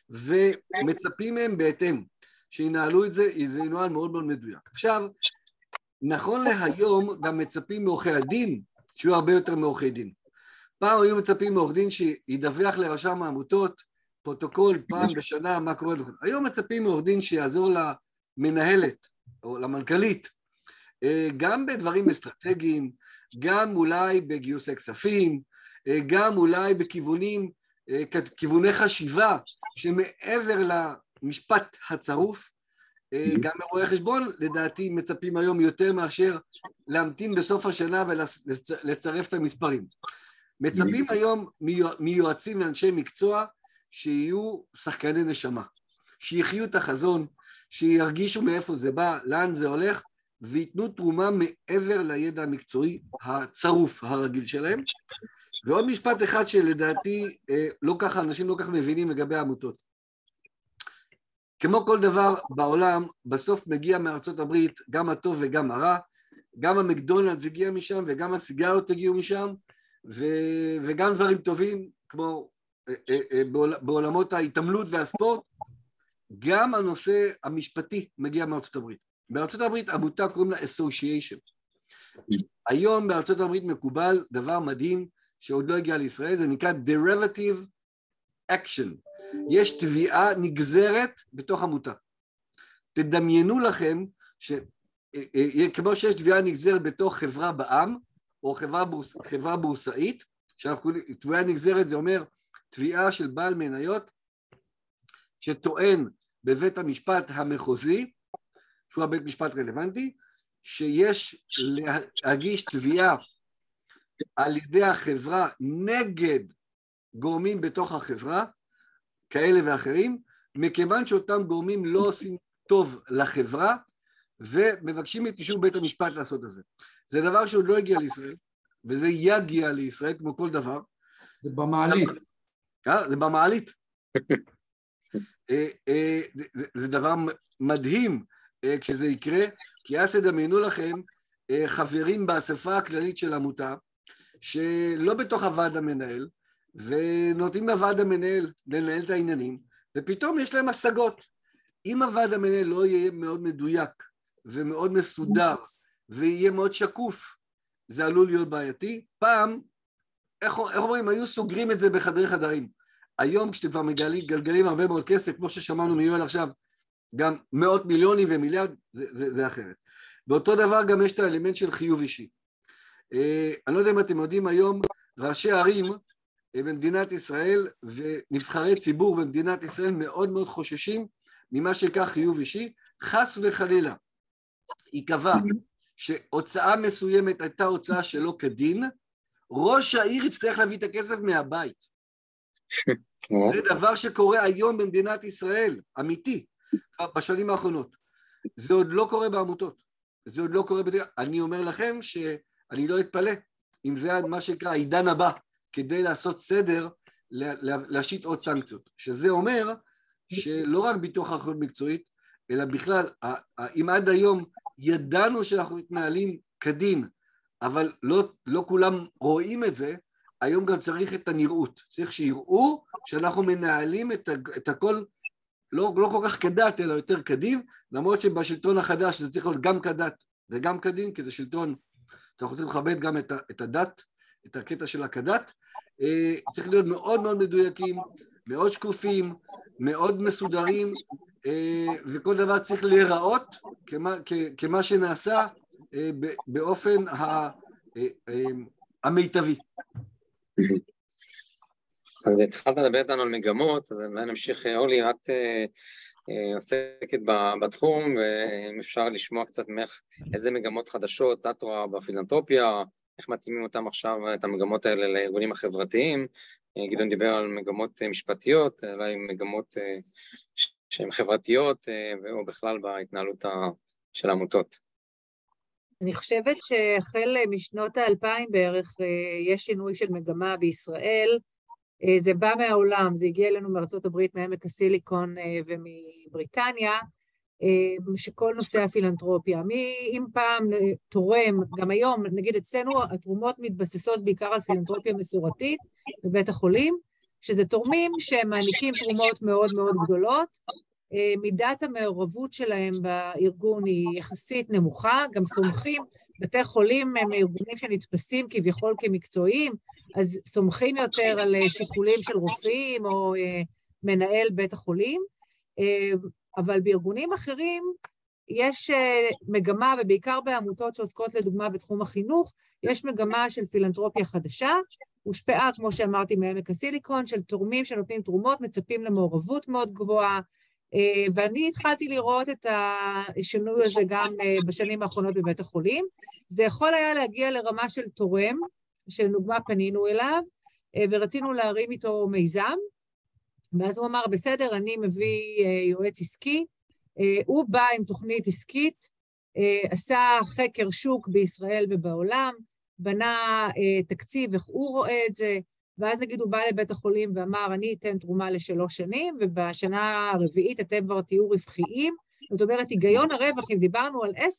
ומצפים מהם בהתאם, שינהלו את זה, זה ינוהל מאוד מאוד מדויק. עכשיו, נכון להיום גם מצפים מעורכי הדין, שיהיו הרבה יותר מעורכי דין. פעם היו מצפים מעורך דין שידווח לרשם העמותות, פרוטוקול פעם בשנה, מה קורה וכו'. היום מצפים מעורך דין שיעזור למנהלת או למנכ"לית, גם בדברים אסטרטגיים, גם אולי בגיוס הכספים, גם אולי בכיוונים, כיווני חשיבה שמעבר למשפט הצרוף, גם ברואי חשבון לדעתי מצפים היום יותר מאשר להמתין בסוף השנה ולצרף את המספרים. מצפים היום מיועצים ואנשי מקצוע שיהיו שחקני נשמה, שיחיו את החזון, שירגישו מאיפה זה בא, לאן זה הולך, ויתנו תרומה מעבר לידע המקצועי הצרוף הרגיל שלהם. ועוד משפט אחד שלדעתי לא ככה, אנשים לא ככה מבינים לגבי העמותות. כמו כל דבר בעולם, בסוף מגיע מארצות הברית, גם הטוב וגם הרע, גם המקדונלדס הגיע משם, וגם הסיגריות הגיעו משם, ו- וגם דברים טובים, כמו בעולמות ההתעמלות והספורט, גם הנושא המשפטי מגיע מארצות הברית. בארצות הברית עמותה קוראים לה Association. היום בארצות הברית מקובל דבר מדהים שעוד לא הגיע לישראל, זה נקרא Derivative Action. יש תביעה נגזרת בתוך עמותה. תדמיינו לכם ש... כמו שיש תביעה נגזרת בתוך חברה בעם, או חברה, בורס... חברה בורסאית, שאנחנו... תביעה נגזרת זה אומר תביעה של בעל מניות, שטוען בבית המשפט המחוזי, שהוא הבית משפט רלוונטי, שיש להגיש תביעה על ידי החברה נגד גורמים בתוך החברה, כאלה ואחרים, מכיוון שאותם גורמים לא עושים טוב לחברה, ומבקשים את אישור בית המשפט לעשות את זה. זה דבר שעוד לא הגיע לישראל, וזה יגיע לישראל כמו כל דבר. זה במעלית. זה במעלית. זה דבר מדהים כשזה יקרה, כי אז תדמיינו לכם חברים באספה הכללית של עמותה, שלא בתוך הוועד המנהל, ונותנים לוועד המנהל לנהל את העניינים, ופתאום יש להם השגות. אם הוועד המנהל לא יהיה מאוד מדויק, ומאוד מסודר, ויהיה מאוד שקוף, זה עלול להיות בעייתי. פעם, איך, איך אומרים, היו סוגרים את זה בחדרי חדרים. היום כשאתם כבר מגלים, גלגלים הרבה מאוד כסף, כמו ששמענו מיואל עכשיו, גם מאות מיליונים ומיליארד, זה, זה, זה אחרת. באותו דבר גם יש את האלמנט של חיוב אישי. אה, אני לא יודע אם אתם יודעים, היום ראשי ערים אה, במדינת ישראל, ונבחרי ציבור במדינת ישראל מאוד מאוד חוששים, ממה שיקח חיוב אישי, חס וחלילה. ייקבע שהוצאה מסוימת הייתה הוצאה שלא כדין, ראש העיר יצטרך להביא את הכסף מהבית. זה דבר שקורה היום במדינת ישראל, אמיתי, בשנים האחרונות. זה עוד לא קורה בעמותות. זה עוד לא קורה בדרך. אני אומר לכם שאני לא אתפלא, אם זה מה שנקרא העידן הבא, כדי לעשות סדר, להשית עוד סנקציות. שזה אומר שלא רק ביטוח אחריות מקצועית, אלא בכלל, אם עד היום ידענו שאנחנו מתנהלים כדין, אבל לא, לא כולם רואים את זה, היום גם צריך את הנראות. צריך שיראו שאנחנו מנהלים את, את הכל, לא, לא כל כך כדת, אלא יותר כדין, למרות שבשלטון החדש זה צריך להיות גם כדת וגם כדין, כי זה שלטון, אנחנו צריכים לכבד גם את, את הדת, את הקטע של הכדת, צריך להיות מאוד מאוד מדויקים, מאוד שקופים, מאוד מסודרים, וכל דבר צריך להיראות כמה, כמה שנעשה באופן המיטבי. אז התחלת לדבר איתנו על מגמות, אז אולי נמשיך, אורלי, את עוסקת בתחום, ואם אפשר לשמוע קצת מאיך, איזה מגמות חדשות את רואה בפילנתרופיה, איך מתאימים אותם עכשיו, את המגמות האלה לארגונים החברתיים. גדעון דיבר על מגמות משפטיות, אולי מגמות שהן חברתיות, או בכלל בהתנהלות של העמותות. אני חושבת שהחל משנות האלפיים בערך יש שינוי של מגמה בישראל, זה בא מהעולם, זה הגיע אלינו מארצות הברית, מעמק הסיליקון ומבריטניה, שכל נושא הפילנתרופיה, מי אם פעם תורם, גם היום, נגיד אצלנו, התרומות מתבססות בעיקר על פילנתרופיה מסורתית בבית החולים, שזה תורמים שהם מעניקים תרומות מאוד מאוד גדולות, מידת המעורבות שלהם בארגון היא יחסית נמוכה, גם סומכים, בתי חולים הם ארגונים שנתפסים כביכול כמקצועיים, אז סומכים יותר על שיקולים של רופאים או מנהל בית החולים, אבל בארגונים אחרים יש מגמה, ובעיקר בעמותות שעוסקות לדוגמה בתחום החינוך, יש מגמה של פילנתרופיה חדשה, הושפעה, כמו שאמרתי, מעמק הסיליקון, של תורמים שנותנים תרומות, מצפים למעורבות מאוד גבוהה, ואני התחלתי לראות את השינוי הזה גם בשנים האחרונות בבית החולים. זה יכול היה להגיע לרמה של תורם, שלדוגמה פנינו אליו, ורצינו להרים איתו מיזם, ואז הוא אמר, בסדר, אני מביא יועץ עסקי, הוא בא עם תוכנית עסקית, עשה חקר שוק בישראל ובעולם, בנה תקציב, איך הוא רואה את זה, ואז נגיד הוא בא לבית החולים ואמר, אני אתן תרומה לשלוש שנים, ובשנה הרביעית אתם כבר תהיו רווחיים, זאת אומרת, היגיון הרווח, אם דיברנו על עסק,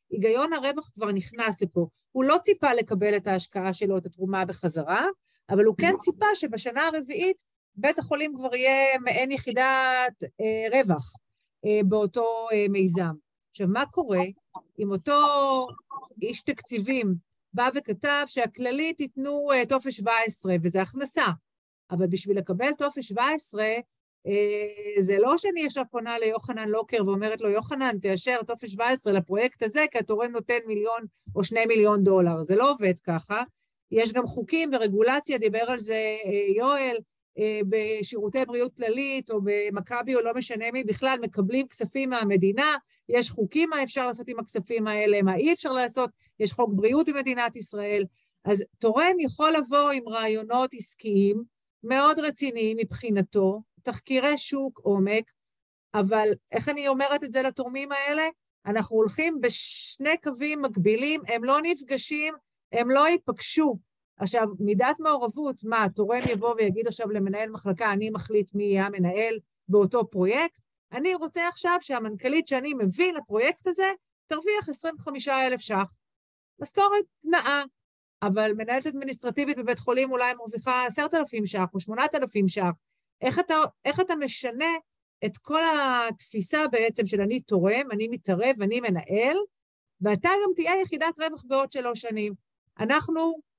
היגיון הרווח כבר נכנס לפה. הוא לא ציפה לקבל את ההשקעה שלו, את התרומה בחזרה, אבל הוא כן ציפה שבשנה הרביעית בית החולים כבר יהיה מעין יחידת אה, רווח אה, באותו אה, מיזם. עכשיו, מה קורה אם אותו איש תקציבים בא וכתב שהכללית ייתנו אה, טופס שבע עשרה, וזה הכנסה, אבל בשביל לקבל טופס שבע עשרה, אה, זה לא שאני עכשיו פונה ליוחנן לוקר ואומרת לו, יוחנן, תאשר טופס שבע עשרה לפרויקט הזה, כי התורם נותן מיליון או שני מיליון דולר. זה לא עובד ככה. יש גם חוקים ורגולציה, דיבר על זה אה, יואל, בשירותי בריאות כללית או במכבי או לא משנה מי, בכלל מקבלים כספים מהמדינה, יש חוקים מה אפשר לעשות עם הכספים האלה, מה אי אפשר לעשות, יש חוק בריאות במדינת ישראל, אז תורם יכול לבוא עם רעיונות עסקיים מאוד רציניים מבחינתו, תחקירי שוק עומק, אבל איך אני אומרת את זה לתורמים האלה? אנחנו הולכים בשני קווים מקבילים, הם לא נפגשים, הם לא ייפגשו, עכשיו, מידת מעורבות, מה, תורם יבוא ויגיד עכשיו למנהל מחלקה, אני מחליט מי יהיה המנהל באותו פרויקט, אני רוצה עכשיו שהמנכ"לית שאני מביא לפרויקט הזה, תרוויח עשרים וחמישה אלף ש"ח. משכורת נאה, אבל מנהלת אדמיניסטרטיבית בבית חולים אולי מרוויחה עשרת אלפים ש"ח או שמונת אלפים ש"ח. איך אתה, איך אתה משנה את כל התפיסה בעצם של אני תורם, אני מתערב, אני מנהל, ואתה גם תהיה יחידת רווח בעוד שלוש שנים. אנחנו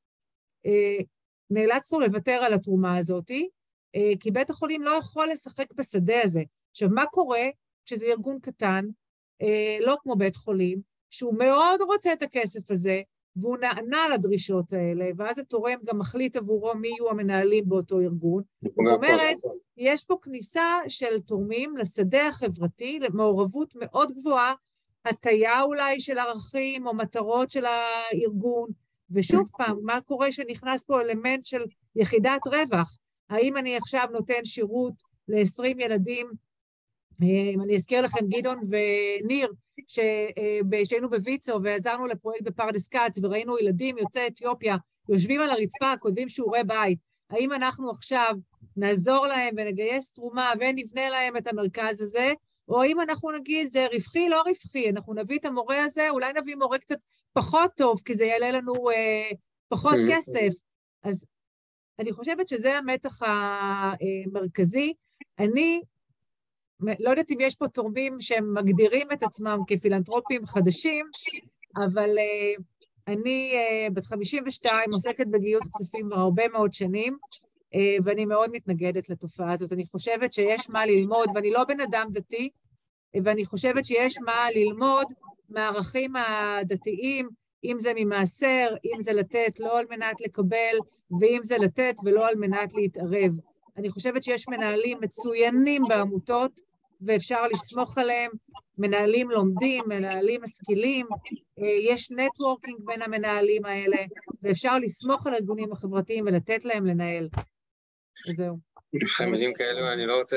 נאלצנו לוותר על התרומה הזאת, כי בית החולים לא יכול לשחק בשדה הזה. עכשיו, מה קורה כשזה ארגון קטן, לא כמו בית חולים, שהוא מאוד רוצה את הכסף הזה, והוא נענה לדרישות האלה, ואז התורם גם מחליט עבורו מי יהיו המנהלים באותו ארגון. זאת אומרת, יש פה כניסה של תורמים לשדה החברתי, למעורבות מאוד גבוהה, הטיה אולי של ערכים או מטרות של הארגון, ושוב פעם, מה קורה שנכנס פה אלמנט של יחידת רווח? האם אני עכשיו נותן שירות ל-עשרים ילדים, אם אני אזכיר לכם גדעון וניר, שהיינו בויצו ועזרנו לפרויקט בפרדס כץ, וראינו ילדים יוצאי אתיופיה, יושבים על הרצפה, כותבים שיעורי בית, האם אנחנו עכשיו נעזור להם ונגייס תרומה ונבנה להם את המרכז הזה, או האם אנחנו נגיד, זה רווחי, לא רווחי, אנחנו נביא את המורה הזה, אולי נביא מורה קצת פחות טוב, כי זה יעלה לנו אה, פחות כסף. אז אני חושבת שזה המתח המרכזי. אני לא יודעת אם יש פה תורמים שהם מגדירים את עצמם כפילנטרופים חדשים, אבל אה, אני אה, בת חמישים ושתיים עוסקת בגיוס כספים כבר הרבה מאוד שנים, אה, ואני מאוד מתנגדת לתופעה הזאת. אני חושבת שיש מה ללמוד, ואני לא בן אדם דתי, ואני חושבת שיש מה ללמוד מהערכים הדתיים, אם זה ממעשר, אם זה לתת לא על מנת לקבל, ואם זה לתת ולא על מנת להתערב. אני חושבת שיש מנהלים מצוינים בעמותות, ואפשר לסמוך עליהם, מנהלים לומדים, מנהלים משכילים, יש נטוורקינג בין המנהלים האלה, ואפשר לסמוך על הארגונים החברתיים ולתת להם לנהל. וזהו. אחרי מילים כאלו, אני לא רוצה...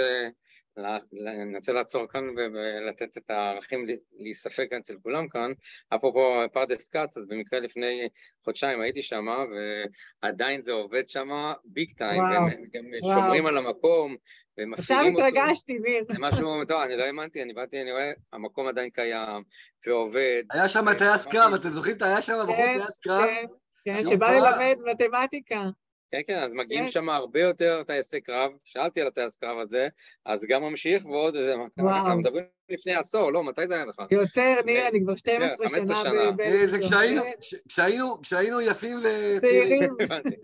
אני רוצה לעצור כאן ולתת את הערכים להיספק אצל כולם כאן. אפרופו פרדס כץ, אז במקרה לפני חודשיים הייתי שם, ועדיין זה עובד שם ביג טיים, והם גם שומרים על המקום, עכשיו התרגשתי, ניר. משהו, טוב, אני לא האמנתי, אני באתי, אני רואה, המקום עדיין קיים, ועובד. היה שם טייס קרב, אתם זוכרים? היה שם בחור טייס קרב? כן, שבא ללמד מתמטיקה. כן, כן, אז מגיעים שם הרבה יותר טייסי קרב, שאלתי על הטייס קרב הזה, אז גם ממשיך ועוד איזה, אנחנו מדברים לפני עשור, לא, מתי זה היה לך? יותר, נראה, אני כבר שתים עשרה שנה. זה כשהיינו יפים וצעירים.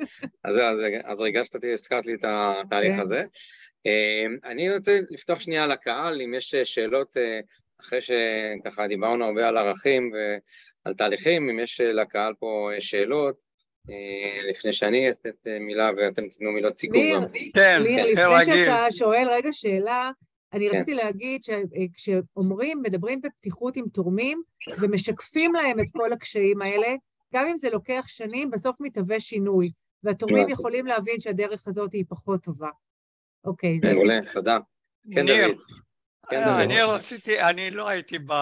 אז ריגשת אותי, הזכרת לי את התהליך הזה. אני רוצה לפתוח שנייה על הקהל, אם יש שאלות, אחרי שככה דיברנו הרבה על ערכים ועל תהליכים, אם יש לקהל פה שאלות, לפני שאני אעשה את מילה ואתם תתנו מילות סיכום גם. כן, לפני שאתה שואל רגע שאלה, אני רציתי להגיד שכשאומרים, מדברים בפתיחות עם תורמים ומשקפים להם את כל הקשיים האלה, גם אם זה לוקח שנים, בסוף מתהווה שינוי, והתורמים יכולים להבין שהדרך הזאת היא פחות טובה. אוקיי, זה... מעולה, תודה. כן, דוד. אני רציתי, אני לא הייתי ב...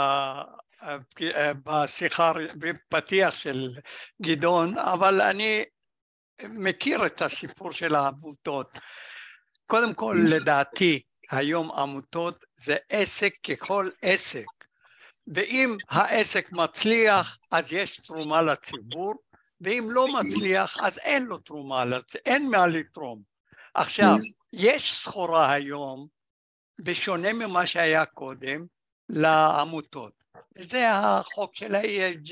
בשיחה, בפתיח של גדעון, אבל אני מכיר את הסיפור של העמותות. קודם כל, לדעתי, היום עמותות זה עסק ככל עסק. ואם העסק מצליח, אז יש תרומה לציבור, ואם לא מצליח, אז אין לו תרומה, אין מה לתרום. עכשיו, יש סחורה היום, בשונה ממה שהיה קודם, לעמותות. וזה החוק של ה-E S G.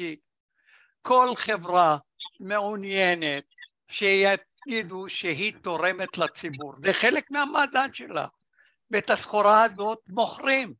כל חברה מעוניינת שיגידו שהיא תורמת לציבור. זה חלק מהמאזן שלה. ואת הסחורה הזאת מוכרים.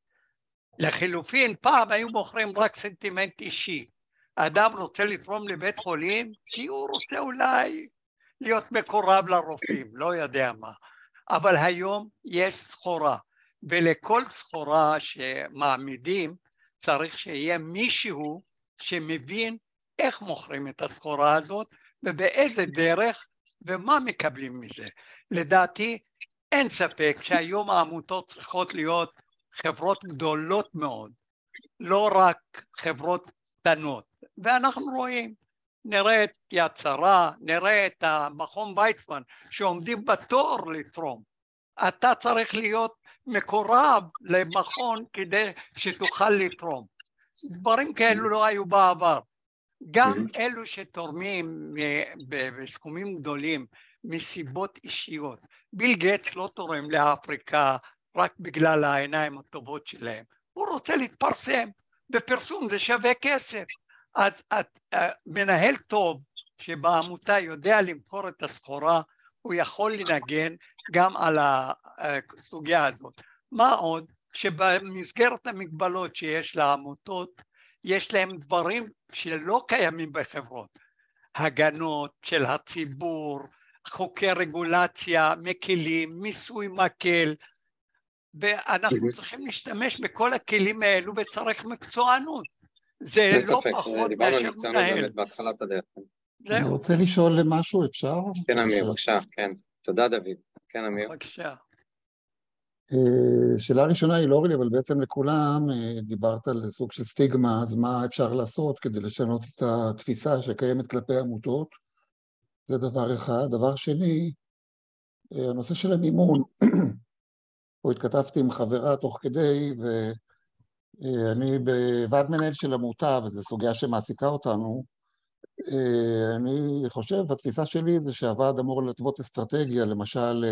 לחילופין, פעם היו מוכרים רק סנטימנט אישי. האדם רוצה לתרום לבית חולים, כי הוא רוצה אולי להיות מקורב לרופאים, לא יודע מה. אבל היום יש סחורה, ולכל סחורה שמעמידים צריך שיהיה מישהו שמבין איך מוכרים את הסחורה הזאת, ובאיזה דרך, ומה מקבלים מזה. לדעתי, אין ספק שהיום העמותות צריכות להיות חברות גדולות מאוד, לא רק חברות קטנות. ואנחנו רואים, נראה את יד שרה, נראה את המכון ויצמן שעומדים בתור לתרום. אתה צריך להיות מקורב למכון כדי שתוכל לתרום. דברים כאלו לא היו בעבר. גם אלו שתורמים בסכומים גדולים מסיבות אישיות. ביל גייטס לא תורם לאפריקה רק בגלל העיניים הטובות שלהם. הוא רוצה להתפרסם. בפרסום זה שווה כסף. אז את, uh, מנהל טוב שבעמותה יודע למכור את הסחורה, הוא יכול לנגן גם על הסוגיה הזאת. מה עוד? שבמסגרת המגבלות שיש לעמותות, יש להם דברים שלא קיימים בחברות. הגנות של הציבור, חוקי רגולציה, מקלים, מיסוי מקל, ואנחנו צריכים להשתמש בכל הכלים האלו וצריך מקצוענות. זה לא פחות מאשר מנהל. בהתחלת הדרך. אני רוצה לשאול למשהו, אפשר? כן, אמיר, בבקשה, כן. תודה, דוד. כן, אמיר. בבקשה. שאלה ראשונה היא לא רלי, אבל בעצם לכולם דיברת על סוג של סטיגמה, אז מה אפשר לעשות כדי לשנות את התפיסה שקיימת כלפי עמותות? זה דבר אחד. דבר שני, הנושא של המימון, פה התכתבתי עם חברה תוך כדי, ואני בוועד מנהל של עמותה, וזו סוגיה שמעסיקה אותנו, אני חושב, התפיסה שלי זה שהוועד אמור להתוות אסטרטגיה, למשל,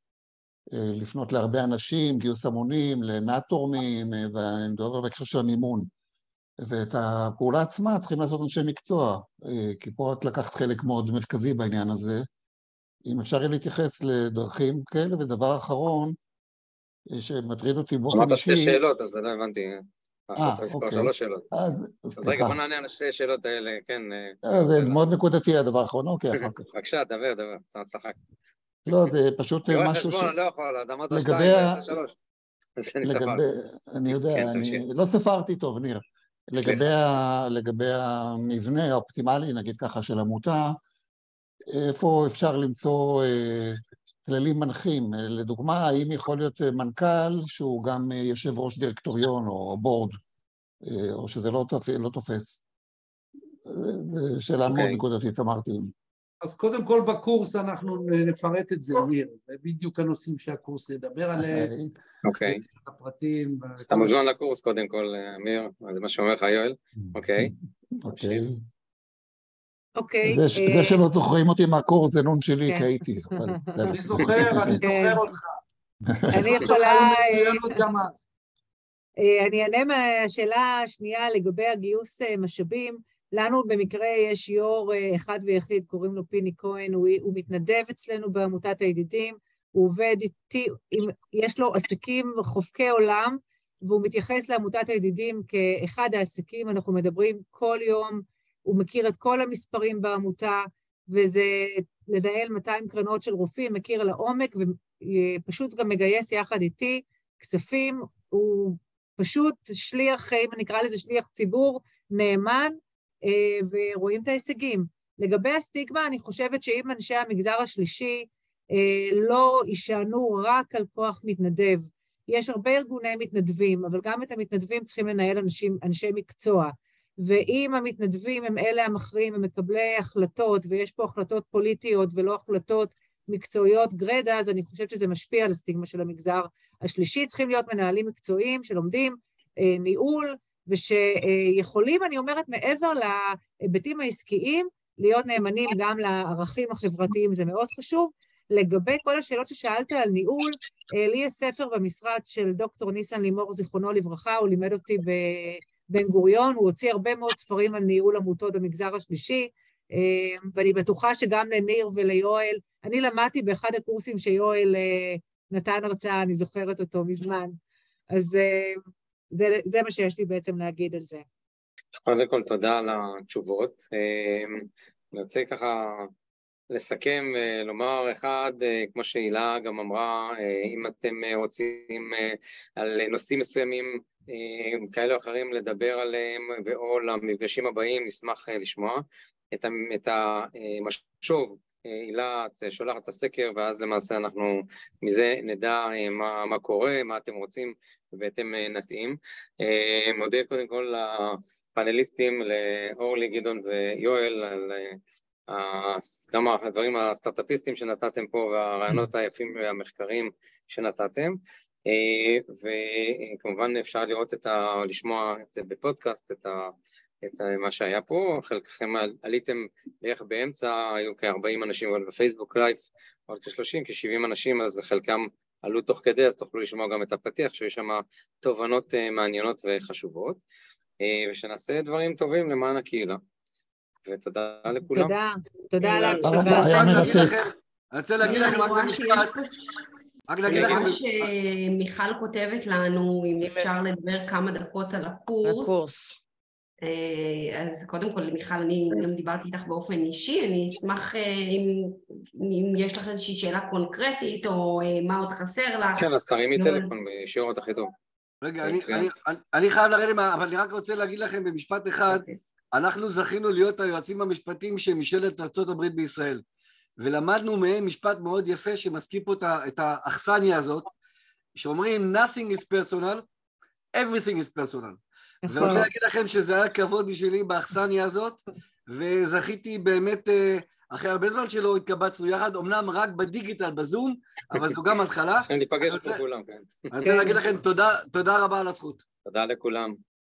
לפנות להרבה אנשים, גיוס המונים, למעט תורמים, ואני מדבר בהקשר של המימון. ואת הפעולה עצמה צריכים לעשות אנשי מקצוע, כי פה את לקחת חלק מאוד מרכזי בעניין הזה. אם אפשר יהיה להתייחס לדרכים כאלה, ודבר אחרון, שמטריד אותי באופן אישי... אמרת שתי שאלות, אז לא הבנתי. אה, צריך לזכור אוקיי. שלוש שאלות. אז רגע, בוא נענה על השתי שאלות האלה, כן. זה מאוד נקודתי הדבר האחרון, אוקיי, אחר כך. בבקשה, דבר, דבר, צחק. לא, זה פשוט משהו ש... יורד חשבון, אני לא יכול, אתה אמרת שתיים, זה שלוש. אז אני ספר. אני יודע, אני לא ספרתי טוב, ניר. לגבי המבנה האופטימלי, נגיד ככה, של עמותה, איפה אפשר למצוא כללים מנחים? לדוגמה, האם יכול להיות מנכ"ל שהוא גם יושב ראש דירקטוריון או בורד, או שזה לא תופס? זו שאלה מאוד נקודתית, אמרתי. אז קודם כל בקורס אנחנו נפרט את זה, ניר. זה בדיוק הנושאים שהקורס ידבר עליהם. אוקיי. הפרטים. אתה מוזמן לקורס קודם כל, אמיר, זה מה שאומר לך יואל. אוקיי. אוקיי. אוקיי. זה שלא זוכרים אותי מהקורס, זה נון שלי, כי הייתי. אני זוכר, אני זוכר אותך. אני יכולה... גם אז. אני אענה מהשאלה השנייה לגבי הגיוס משאבים. לנו במקרה יש יור אחד ויחיד, קוראים לו פיני כהן, הוא, הוא מתנדב אצלנו בעמותת הידידים, הוא עובד איתי, יש לו עסקים חופקי עולם, והוא מתייחס לעמותת הידידים כאחד העסקים, אנחנו מדברים כל יום, הוא מכיר את כל המספרים בעמותה, וזה לנהל מאתיים קרנות של רופאים, מכיר לעומק, ופשוט גם מגייס יחד איתי כספים, הוא פשוט שליח, אם נקרא לזה שליח ציבור, נאמן, ורואים את ההישגים. לגבי הסטיגמה, אני חושבת שאם אנשי המגזר השלישי לא יישענו רק על כוח מתנדב, יש הרבה ארגוני מתנדבים, אבל גם את המתנדבים צריכים לנהל אנשים, אנשי מקצוע, ואם המתנדבים הם אלה המכריעים, הם מקבלי החלטות, ויש פה החלטות פוליטיות ולא החלטות מקצועיות גרדה, אז אני חושבת שזה משפיע על הסטיגמה של המגזר השלישי. צריכים להיות מנהלים מקצועיים שלומדים ניהול, ושיכולים, אני אומרת, מעבר להיבטים העסקיים, להיות נאמנים גם לערכים החברתיים, זה מאוד חשוב. לגבי כל השאלות ששאלת על ניהול, לי יש ספר במשרד של דוקטור ניסן לימור, זיכרונו לברכה, הוא לימד אותי בבן גוריון, הוא הוציא הרבה מאוד ספרים על ניהול עמותות במגזר השלישי, ואני בטוחה שגם לניר וליואל, אני למדתי באחד הקורסים שיואל נתן הרצאה, אני זוכרת אותו מזמן, אז זה, זה מה שיש לי בעצם להגיד על זה. קודם כל תודה על התשובות. אני רוצה ככה לסכם, לומר אחד, כמו שהילה גם אמרה, אם אתם רוצים על נושאים מסוימים כאלה או אחרים לדבר עליהם, או למפגשים הבאים, נשמח לשמוע את המשוב. הילה שולחת את הסקר, ואז למעשה אנחנו מזה נדע מה, מה קורה, מה אתם רוצים, ואתם נתאים. מודה קודם כל לפאנליסטים, לאורלי, גדעון ויואל, על גם הדברים הסטארט-אפיסטים שנתתם פה, והרעיונות היפים והמחקרים שנתתם, וכמובן אפשר לראות את ה... לשמוע את זה בפודקאסט, את ה... את מה שהיה פה, חלקכם עליתם בערך באמצע, היו כ-ארבעים אנשים אבל בפייסבוק לייב, עוד כ-שלושים, כ-שבעים אנשים, אז חלקם עלו תוך כדי, אז תוכלו לשמוע גם את הפתיח, שיש שם תובנות מעניינות וחשובות, ושנעשה דברים טובים למען הקהילה. ותודה לכולם. תודה, תודה על ההקשבה. אני רוצה להגיד לכם רק במשפט, רק להגיד לכם... מה שמיכל כותבת לנו, אם אפשר לדבר כמה דקות על הקורס, אז קודם כל, מיכל, אני גם דיברתי איתך באופן אישי, אני אשמח אם, אם יש לך איזושהי שאלה קונקרטית, או מה עוד חסר לך. כן, אז תרימי טלפון בשיעורות הכי טוב. רגע, אני, אני, אני, אני חייב לרדת, אבל אני רק רוצה להגיד לכם במשפט אחד, אנחנו זכינו להיות היועצים המשפטיים של ממשלת ארצות הברית בישראל, ולמדנו מהם משפט מאוד יפה שמזכיר פה את האכסניה הזאת, שאומרים, nothing is personal, everything is personal. ואני רוצה להגיד לכם שזה היה כבוד בשבילי באכסניה הזאת, וזכיתי באמת, אחרי הרבה זמן שלא התקבצנו יחד, אמנם רק בדיגיטל, בזום, אבל זו גם התחלה. צריכים להיפגש פה כולם, כן. אני רוצה להגיד לכם תודה רבה על הזכות. תודה לכולם.